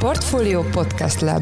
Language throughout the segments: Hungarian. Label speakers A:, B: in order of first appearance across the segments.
A: Portfolio Podcast Lab.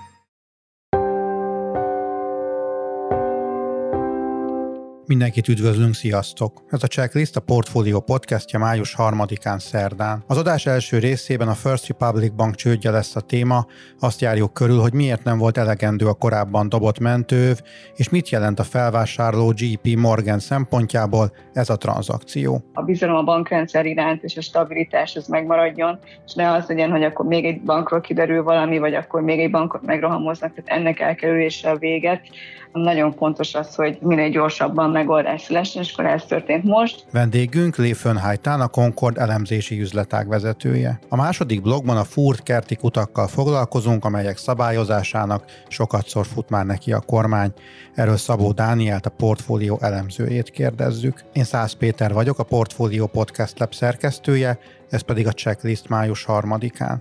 B: Mindenkit üdvözlünk, sziasztok! Ez a Checklist a Portfolio podcastja május 3-án szerdán. Az adás első részében a First Republic Bank csődje lesz a téma, azt járjuk körül, hogy miért nem volt elegendő a korábban dobott mentőöv, és mit jelent a felvásárló JP Morgan szempontjából ez a tranzakció.
C: A bizalom a bankrendszer iránt és a stabilitás az megmaradjon, és ne az legyen, hogy akkor még egy bankról kiderül valami, vagy akkor még egy bankot megrohamoznak, tehát ennek elkerülése a véget. Nagyon fontos az, hogy minél gyorsabban megoldás szülessen, és akkor ez történt most.
B: Vendégünk Léfön Hájtán, a Concord elemzési üzletág vezetője. A második blogban a fúrt kerti kutakkal foglalkozunk, amelyek szabályozásának sokatszor fut már neki a kormány. Erről Szabó Dánielt, a Portfolio elemzőjét kérdezzük. Én Szász Péter vagyok, a Portfolio Podcast Lab szerkesztője, ez pedig a Checklist május 3-án.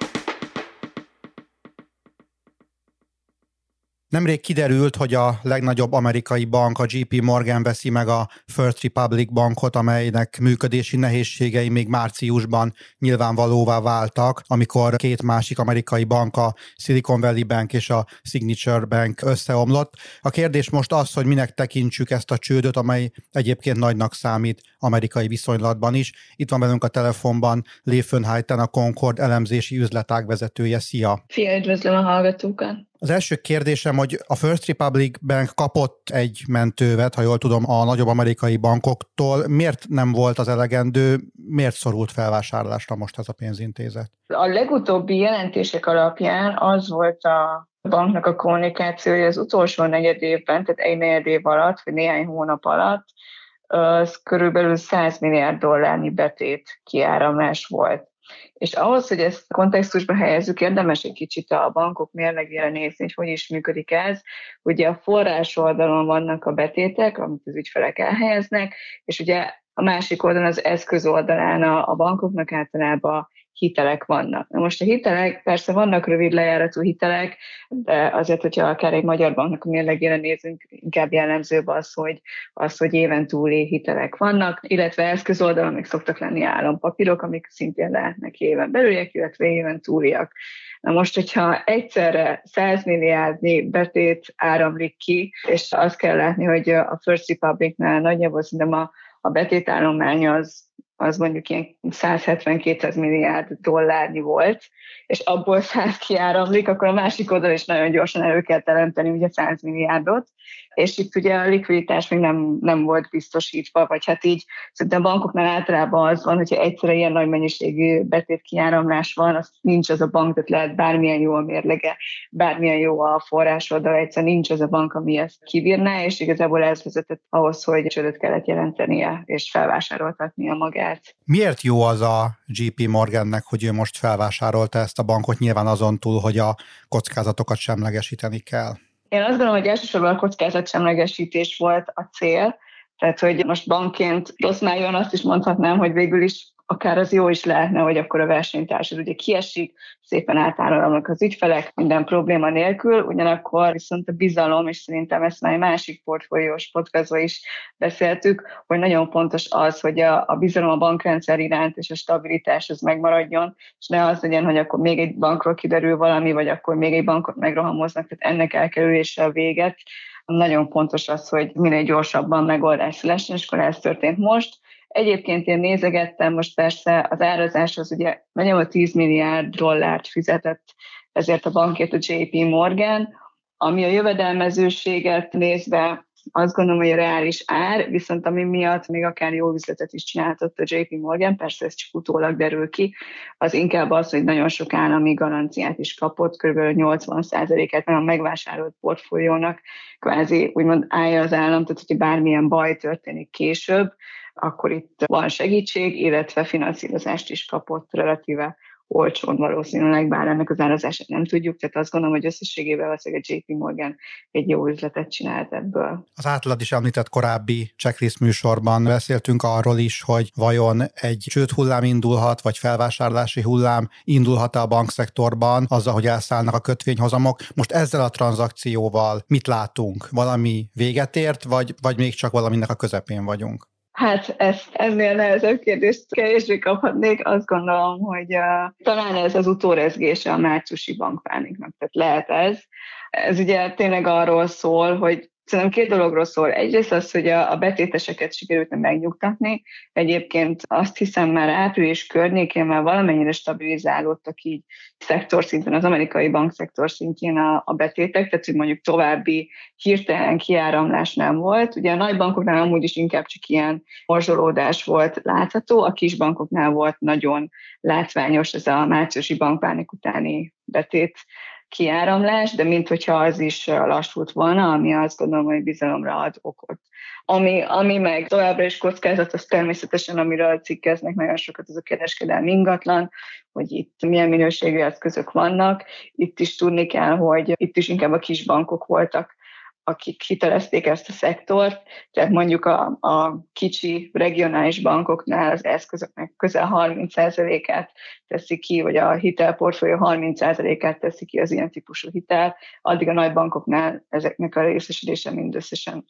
B: Nemrég kiderült, hogy a legnagyobb amerikai bank, a JP Morgan veszi meg a First Republic bankot, amelynek működési nehézségei még márciusban nyilvánvalóvá váltak, amikor két másik amerikai bank, a Silicon Valley Bank és a Signature Bank összeomlott. A kérdés most az, hogy minek tekintsük ezt a csődöt, amely egyébként nagynak számít amerikai viszonylatban is. Itt van velünk a telefonban Léfön Hájtán, a Concord elemzési üzletág vezetője. Szia!
C: Szia, üdvözlöm a hallgatókat!
B: Az első kérdésem, hogy a First Republic Bank kapott egy mentővet, ha jól tudom, a nagyobb amerikai bankoktól. Miért nem volt az elegendő, miért szorult felvásárlásra most ez a pénzintézet?
C: A legutóbbi jelentések alapján az volt a banknak a kommunikációja az utolsó negyed évben, tehát egy negyed év alatt, vagy néhány hónap alatt, az körülbelül 100 milliárd dollárnyi betét kiáramlás volt. És ahhoz, hogy ezt kontextusba helyezzük, érdemes egy kicsit a bankok mérlegére nézni, hogy is működik ez. Ugye a forrás oldalon vannak a betétek, amit az ügyfelek elhelyeznek, és ugye a másik oldalon, az eszköz oldalán a bankoknak általában hitelek vannak. Na most a hitelek, persze vannak rövid lejáratú hitelek, de azért, hogyha akár egy magyar banknak a mérlegére nézünk, inkább jellemzőbb az, hogy éven túli hitelek vannak, illetve eszköz oldalon még szoktak lenni állampapírok, amik szintén lehetnek éven belüliek, illetve éven túliak. Na most, hogyha egyszerre 100 milliárdnyi betét áramlik ki, és azt kell látni, hogy a First Republicnál nagyjából szerintem a betétállomány az mondjuk ilyen 170-200 milliárd dollárnyi volt, és abból 100 kiáramlik, akkor a másik oldal is nagyon gyorsan elő kell teremteni ugye 100 milliárdot, és itt ugye a likviditás még nem volt biztosítva, vagy hát így szerintem a bankoknál általában az van, hogyha egyszerre ilyen nagy mennyiségű betét kiáramlás van, az nincs az a bank, tehát lehet bármilyen jó a mérlege, bármilyen jó a forrás oldal, egyszerűen nincs az a bank, ami ezt kibírná, és igazából ez vezetett ahhoz, hogy csődöt kellett jelentenie, és felvásároltatnia magát.
B: Miért jó az a JP Morgannek, hogy ő most felvásárolta ezt a bankot, nyilván azon túl, hogy a kockázatokat semlegesíteni kell?
C: Én azt gondolom, hogy elsősorban a kockázatsemlegesítés volt a cél, tehát hogy most bankként rossz májon azt is mondhatnám, hogy végül is akár az jó is lehetne, hogy akkor a versenytársad ugye kiesik, szépen átáramlanak az ügyfelek, minden probléma nélkül, ugyanakkor viszont a bizalom, és szerintem ezt már egy másik portfóliós podcastban is beszéltük, hogy nagyon fontos az, hogy a bizalom a bankrendszer iránt és a stabilitás az megmaradjon, és ne az legyen, hogy akkor még egy bankról kiderül valami, vagy akkor még egy bankot megrohamoznak, tehát ennek elkerülése a véget. Nagyon fontos az, hogy minél gyorsabban megoldás szülessen, és akkor ez történt most. Egyébként én nézegettem, most persze az árazás az ugye nagyjából 10 milliárd dollárt fizetett ezért a bankért a JP Morgan, ami a jövedelmezőséget nézve azt gondolom, hogy a reális ár, viszont ami miatt még akár jó üzletet is csináltott a JP Morgan, persze ez csak utólag derül ki, az inkább az, hogy nagyon sok állami garanciát is kapott, kb. 80%-át a megvásárolt portfóliónak kvázi úgymond állja az állam, tehát hogyha bármilyen baj történik később, akkor itt van segítség, illetve finanszírozást is kapott relatíve olcsón valószínűleg, bár ennek az árazását nem tudjuk, tehát azt gondolom, hogy összességében valószínűleg a JP Morgan egy jó üzletet csinált ebből.
B: Az általad is említett korábbi checklist műsorban beszéltünk arról is, hogy vajon egy csődhullám indulhat, vagy felvásárlási hullám indulhat a bankszektorban, azzal, hogy elszállnak a kötvényhozamok. Most ezzel a tranzakcióval mit látunk? Valami véget ért, vagy még csak valaminek a közepén vagyunk?
C: Hát ennél nehezebb kérdést kevésbé kaphatnék. Azt gondolom, hogy talán ez az utórezgése a márciusi bankpániknak. Tehát lehet ez. Ez ugye tényleg arról szól, hogy szerintem két dologról szól. Egyrészt az, hogy a betéteseket sikerült megnyugtatni. Egyébként azt hiszem már április környékén már valamennyire stabilizálódtak így szektorszinten, az amerikai bankszektor szintjén a betétek, tehát hogy mondjuk további hirtelen kiáramlás nem volt. Ugye a nagy bankoknál amúgy is inkább csak ilyen morzsolódás volt látható, a kis bankoknál volt nagyon látványos ez a márciusi bankpánik utáni betét kiáramlás, de minthogyha az is lassult volna, ami azt gondolom, hogy bizalomra ad okot. Ami meg továbbra is kockázat, az természetesen, amiről cikkeznek nagyon sokat, az a kereskedelmi ingatlan, hogy itt milyen minőségű eszközök vannak. Itt is tudni kell, hogy itt is inkább a kis bankok voltak, akik hitelezték ezt a szektort, tehát mondjuk a kicsi regionális bankoknál az eszközöknek közel 30%-át teszi ki, vagy a hitelportfólió 30%-át teszi ki az ilyen típusú hitel, addig a nagy bankoknál ezeknek a részesedése mindösszesen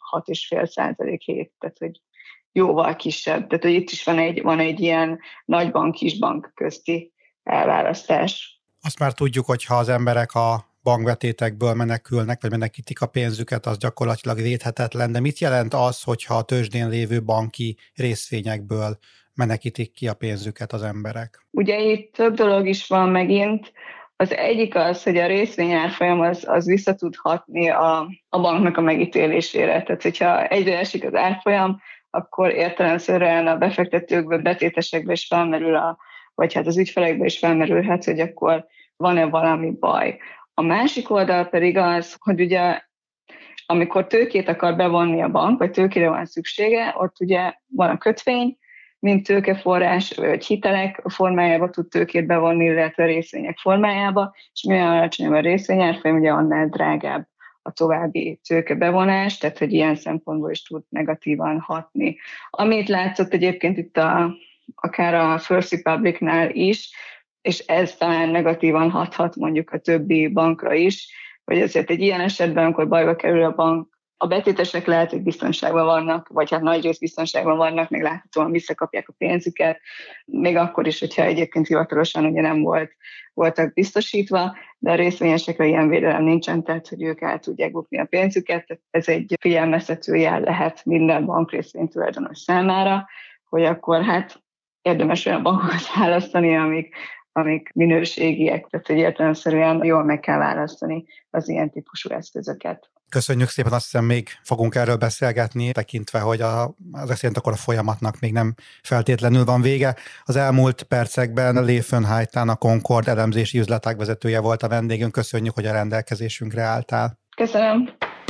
C: 6,5%, tehát hogy jóval kisebb. Tehát hogy itt is van egy ilyen nagy bank-kis bank közti elválasztás.
B: Azt már tudjuk, hogy ha az emberek a bankbetétekből menekülnek, vagy menekítik a pénzüket, az gyakorlatilag védhetetlen. De mit jelent az, hogyha a tőzsdén lévő banki részvényekből menekítik ki a pénzüket az emberek?
C: Ugye itt több dolog is van megint. Az egyik az, hogy a részvényárfolyam az vissza tud hatni a banknak a megítélésére. Tehát, hogyha egyre esik az árfolyam, akkor értelemszerűen a befektetőkből, betétesekbe is felmerül, vagy hát az ügyfelekbe is felmerülhet, hogy akkor van-e valami baj. A másik oldal pedig az, hogy ugye amikor tőkét akar bevonni a bank, vagy tőkére van szüksége, ott ugye van a kötvény, mint tőkeforrás, vagy hitelek formájába tud tőkét bevonni, illetve részvények formájába, és mivel alacsonyabb a részvényárfolyam, ugye annál drágább a további tőkebevonás, tehát hogy ilyen szempontból is tud negatívan hatni. Amit látszott egyébként itt akár a First Republicnál is, és ez talán negatívan hathat mondjuk a többi bankra is, hogy azért egy ilyen esetben, amikor bajba kerül a bank, a betétesek lehet, hogy biztonságban vannak, vagy hát nagy rész biztonságban vannak, még láthatóan visszakapják a pénzüket, még akkor is, hogyha egyébként hivatalosan ugye nem voltak biztosítva, de a részvényesekre ilyen védelem nincsen, tehát hogy ők el tudják bukni a pénzüket. Tehát ez egy figyelmeztető jel lehet minden bankrészvény tulajdonos számára, hogy akkor hát érdemes olyan bankokat választani, amik minőségiek, tehát hogy értelemszerűen jól meg kell választani az ilyen típusú eszközöket.
B: Köszönjük szépen, azt hiszem még fogunk erről beszélgetni, tekintve, hogy az szerint akkor a folyamatnak még nem feltétlenül van vége. Az elmúlt percekben Lee Fönhajtán, a Concord elemzési üzletág vezetője volt a vendégünk. Köszönjük, hogy a rendelkezésünkre álltál.
C: Köszönöm.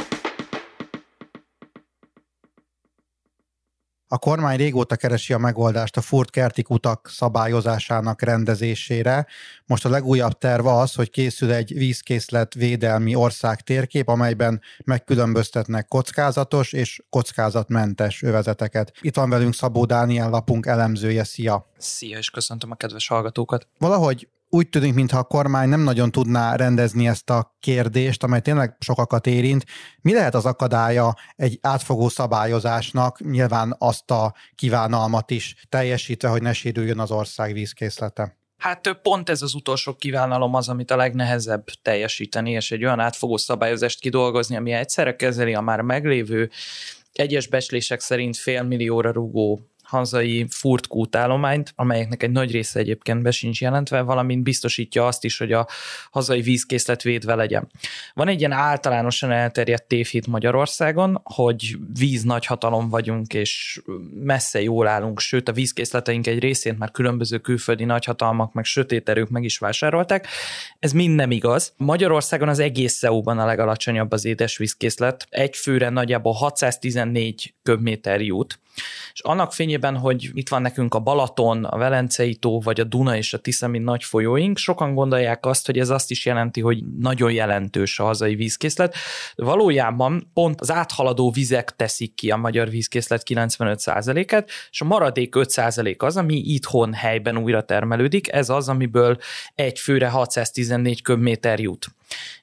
B: A kormány régóta keresi a megoldást a furt-kerti utak szabályozásának rendezésére. Most a legújabb terv az, hogy készül egy vízkészlet védelmi országtérkép, amelyben megkülönböztetnek kockázatos és kockázatmentes övezeteket. Itt van velünk Szabó Dániel, lapunk elemzője. Szia!
A: Szia, és köszöntöm a kedves hallgatókat!
B: Valahogy úgy tűnik, mintha a kormány nem nagyon tudná rendezni ezt a kérdést, amely tényleg sokakat érint. Mi lehet az akadálya egy átfogó szabályozásnak, nyilván azt a kívánalmat is teljesítve, hogy ne sérüljön az ország vízkészlete?
A: Hát pont ez az utolsó kívánalom az, amit a legnehezebb teljesíteni, és egy olyan átfogó szabályozást kidolgozni, ami egyszerre kezeli a már meglévő, egyes becslések szerint 500 000-ra rúgó hazai furtkútállományt, amelyeknek egy nagy része egyébként be sincs jelentve, valamint biztosítja azt is, hogy a hazai vízkészlet védve legyen. Van egy ilyen általánosan elterjedt tévhit Magyarországon, hogy víz nagyhatalom vagyunk, és messze jól állunk, sőt a vízkészleteink egy részét már különböző külföldi nagyhatalmak, meg sötét erők meg is vásárolták. Ez mind nem igaz. Magyarországon az egész EU-ban a legalacsonyabb az édesvízkészlet. Egy főre nagyjából 614 köbméter jut. És annak fényében, hogy itt van nekünk a Balaton, a Velencei tó, vagy a Duna és a Tisza, mint nagy folyóink, sokan gondolják azt, hogy ez azt is jelenti, hogy nagyon jelentős a hazai vízkészlet. De valójában pont az áthaladó vizek teszik ki a magyar vízkészlet 95%-át, és a maradék 5% az, ami itthon helyben újra termelődik, ez az, amiből egy főre 614 köbméter jut.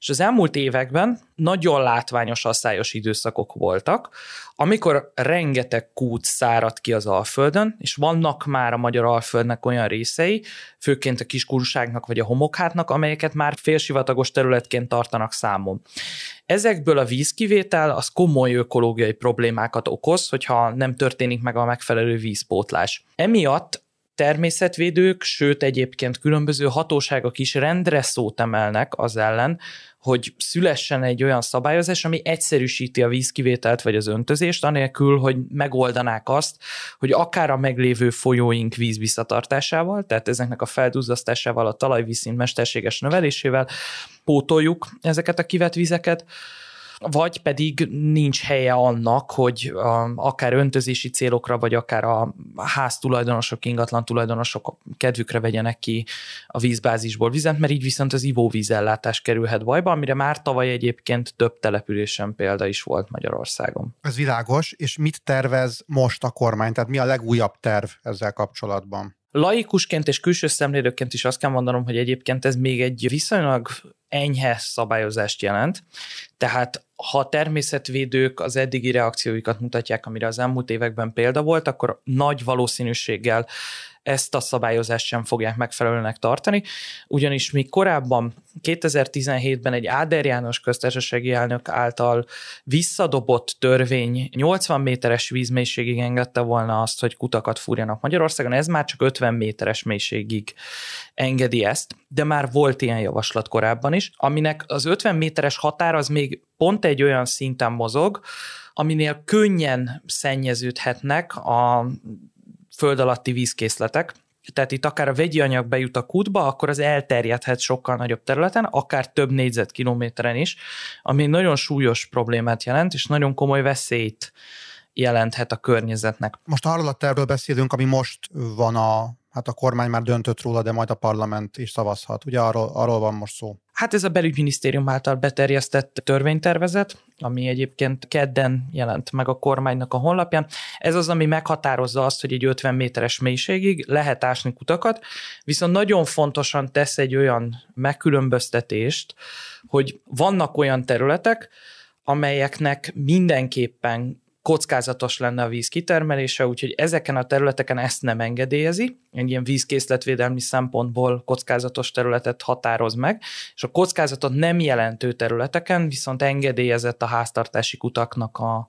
A: És az elmúlt években nagyon látványos asszályos időszakok voltak, amikor rengeteg kút száradt ki az Alföldön, és vannak már a magyar Alföldnek olyan részei, főként a Kiskunságnak vagy a Homokhátnak, amelyeket már félsivatagos területként tartanak számon. Ezekből a vízkivétel az komoly ökológiai problémákat okoz, hogyha nem történik meg a megfelelő vízpótlás. Emiatt természetvédők, sőt egyébként különböző hatóságok is rendre szót emelnek az ellen, hogy szülessen egy olyan szabályozás, ami egyszerűsíti a vízkivételt vagy az öntözést, anélkül, hogy megoldanák azt, hogy akár a meglévő folyóink vízvisszatartásával, tehát ezeknek a felduzzasztásával, a talajvízszint mesterséges növelésével pótoljuk ezeket a kivett vizeket, vagy pedig nincs helye annak, hogy akár öntözési célokra, vagy akár a háztulajdonosok, ingatlan tulajdonosok kedvükre vegyenek ki a vízbázisból vizet, mert így viszont az ivóvízellátás kerülhet bajba, amire már tavaly egyébként több településen példa is volt Magyarországon.
B: Ez világos, és mit tervez most a kormány? Tehát mi a legújabb terv ezzel kapcsolatban?
A: Laikusként és külső szemlélőként is azt kell mondanom, hogy egyébként ez még egy viszonylag enyhe szabályozást jelent, tehát ha a természetvédők az eddigi reakcióikat mutatják, amire az elmúlt években példa volt, akkor nagy valószínűséggel ezt a szabályozást sem fogják megfelelőnek tartani, ugyanis még korábban 2017-ben egy Áder János köztársasági elnök által visszadobott törvény 80 méteres vízmélységig engedte volna azt, hogy kutakat fúrjanak Magyarországon, ez már csak 50 méteres mélységig engedi ezt, de már volt ilyen javaslat korábban is, aminek az 50 méteres határ az még pont egy olyan szinten mozog, aminél könnyen szennyeződhetnek a föld alatti vízkészletek, tehát itt akár a vegyi anyag bejut a kútba, akkor az elterjedhet sokkal nagyobb területen, akár több négyzetkilométeren is, ami nagyon súlyos problémát jelent, és nagyon komoly veszélyt jelenthet a környezetnek.
B: Most arról a tervről beszélünk, ami most van a kormány már döntött róla, de majd a parlament is szavazhat. Ugye arról van most szó.
A: Hát ez a belügyminisztérium által beterjesztett törvénytervezet, ami egyébként kedden jelent meg a kormánynak a honlapján. Ez az, ami meghatározza azt, hogy egy 50 méteres mélységig lehet ásni kutakat, viszont nagyon fontosan tesz egy olyan megkülönböztetést, hogy vannak olyan területek, amelyeknek mindenképpen kockázatos lenne a víz kitermelése, úgyhogy ezeken a területeken ezt nem engedélyezi, egy ilyen vízkészletvédelmi szempontból kockázatos területet határoz meg, és a kockázatot nem jelentő területeken viszont engedélyezett a háztartási kutaknak a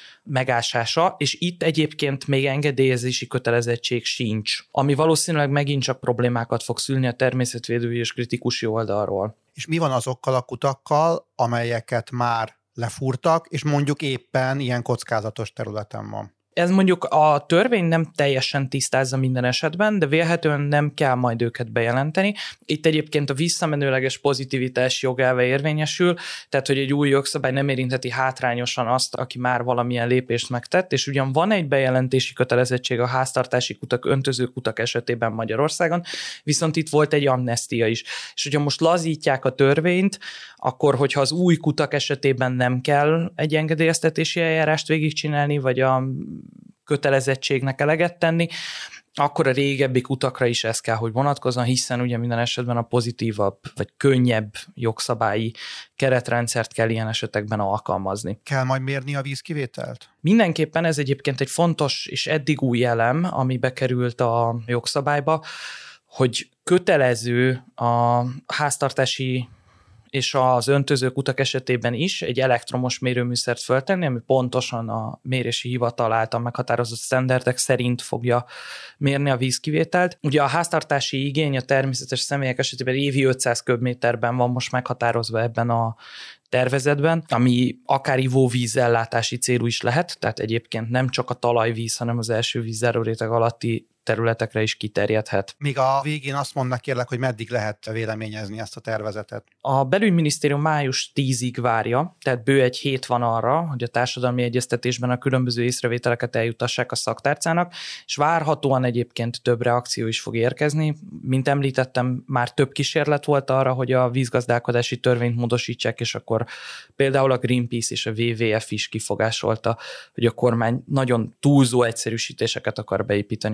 A: megásása, és itt egyébként még engedélyezési kötelezettség sincs, ami valószínűleg megint csak problémákat fog szülni a természetvédői és kritikusi oldalról.
B: És mi van azokkal a kutakkal, amelyeket már lefúrtak, és mondjuk éppen ilyen kockázatos területen van?
A: Ez mondjuk a törvény nem teljesen tisztázza minden esetben, de vélhetően nem kell majd őket bejelenteni. Itt egyébként a visszamenőleges pozitivitás jogelve érvényesül, tehát hogy egy új jogszabály nem érintheti hátrányosan azt, aki már valamilyen lépést megtett, és ugyan van egy bejelentési kötelezettség a háztartási kutak, öntöző kutak esetében Magyarországon, viszont itt volt egy amnestia is. És hogyha most lazítják a törvényt, akkor hogyha az új kutak esetében nem kell egy engedélyeztetési eljárást végigcsinálni, vagy a kötelezettségnek eleget tenni, akkor a régebbi kutakra is ez kell, hogy vonatkozzon, hiszen ugye minden esetben a pozitívabb vagy könnyebb jogszabályi keretrendszert kell ilyen esetekben alkalmazni.
B: Kell majd mérni a vízkivételt?
A: Mindenképpen ez egyébként egy fontos és eddig új elem, ami bekerült a jogszabályba, hogy kötelező a háztartási és az öntöző kutak esetében is egy elektromos mérőműszert föltenni, ami pontosan a mérési hivatal által meghatározott sztenderdek szerint fogja mérni a vízkivételt. Ugye a háztartási igény a természetes személyek esetében évi 500 köbméterben van most meghatározva ebben a tervezetben, ami akár ivóvízellátási célú is lehet, tehát egyébként nem csak a talajvíz, hanem az első vízzáróréteg alatti területekre is kiterjedhet.
B: Még a végén azt mondnak kérlek, hogy meddig lehet véleményezni ezt a tervezetet?
A: A belügyminisztérium május 10-ig várja, tehát bő egy hét van arra, hogy a társadalmi egyeztetésben a különböző észrevételeket eljutassák a szaktárcának, és várhatóan egyébként több reakció is fog érkezni. Mint említettem, már több kísérlet volt arra, hogy a vízgazdálkodási törvényt módosítsák, és akkor például a Greenpeace és a WWF is kifogásolta, hogy a kormány nagyon túlzó egyszerűsítéseket akar beépíteni a szabályokba.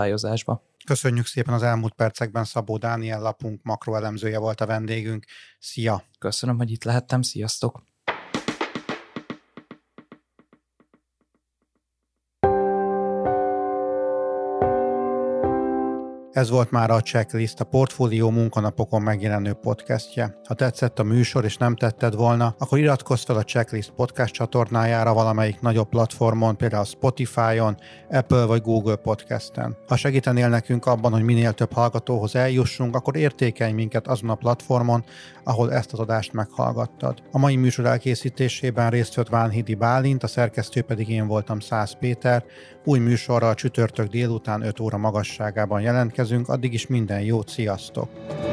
A: szabályozásba.
B: Köszönjük szépen, az elmúlt percekben Szabó Dániel, lapunk makroelemzője volt a vendégünk. Szia!
A: Köszönöm, hogy itt lehettem, sziasztok!
B: Ez volt már a Checklist, a Portfólió munkanapokon megjelenő podcastje. Ha tetszett a műsor és nem tetted volna, akkor iratkozz fel a Checklist podcast csatornájára valamelyik nagyobb platformon, például Spotify-on, Apple vagy Google Podcasten. Ha segítenél nekünk abban, hogy minél több hallgatóhoz eljussunk, akkor értékelj minket azon a platformon, ahol ezt az adást meghallgattad. A mai műsor elkészítésében részt vett Vánhidi Bálint, a szerkesztő pedig én voltam, Szász Péter. Új műsorral csütörtök délután 5 óra magasságában jelentkezünk, addig is minden jót, sziasztok!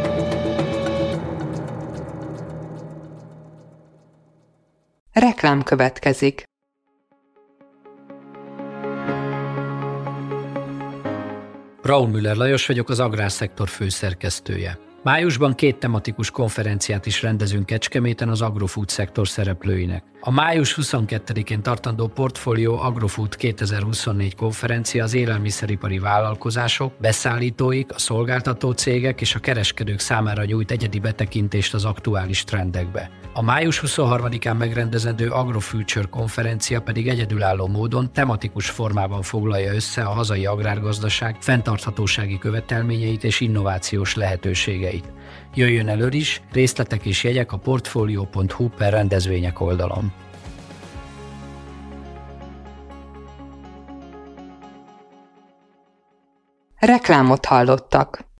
D: Reklám következik.
E: Braun Müller Lajos vagyok, az Agrárszektor főszerkesztője. Májusban 2 tematikus konferenciát is rendezünk Kecskeméten az agrofood szektor szereplőinek. A május 22-én tartandó Portfolio Agrofood 2024 konferencia az élelmiszeripari vállalkozások, beszállítóik, a szolgáltató cégek és a kereskedők számára nyújt egyedi betekintést az aktuális trendekbe. A május 23-án megrendezendő AgroFuture konferencia pedig egyedülálló módon tematikus formában foglalja össze a hazai agrárgazdaság fenntarthatósági követelményeit és innovációs lehetőségeit. Jöjjön elő is, részletek és jegyek a portfolio.hu/rendezvények oldalon.
D: Reklámot hallottak.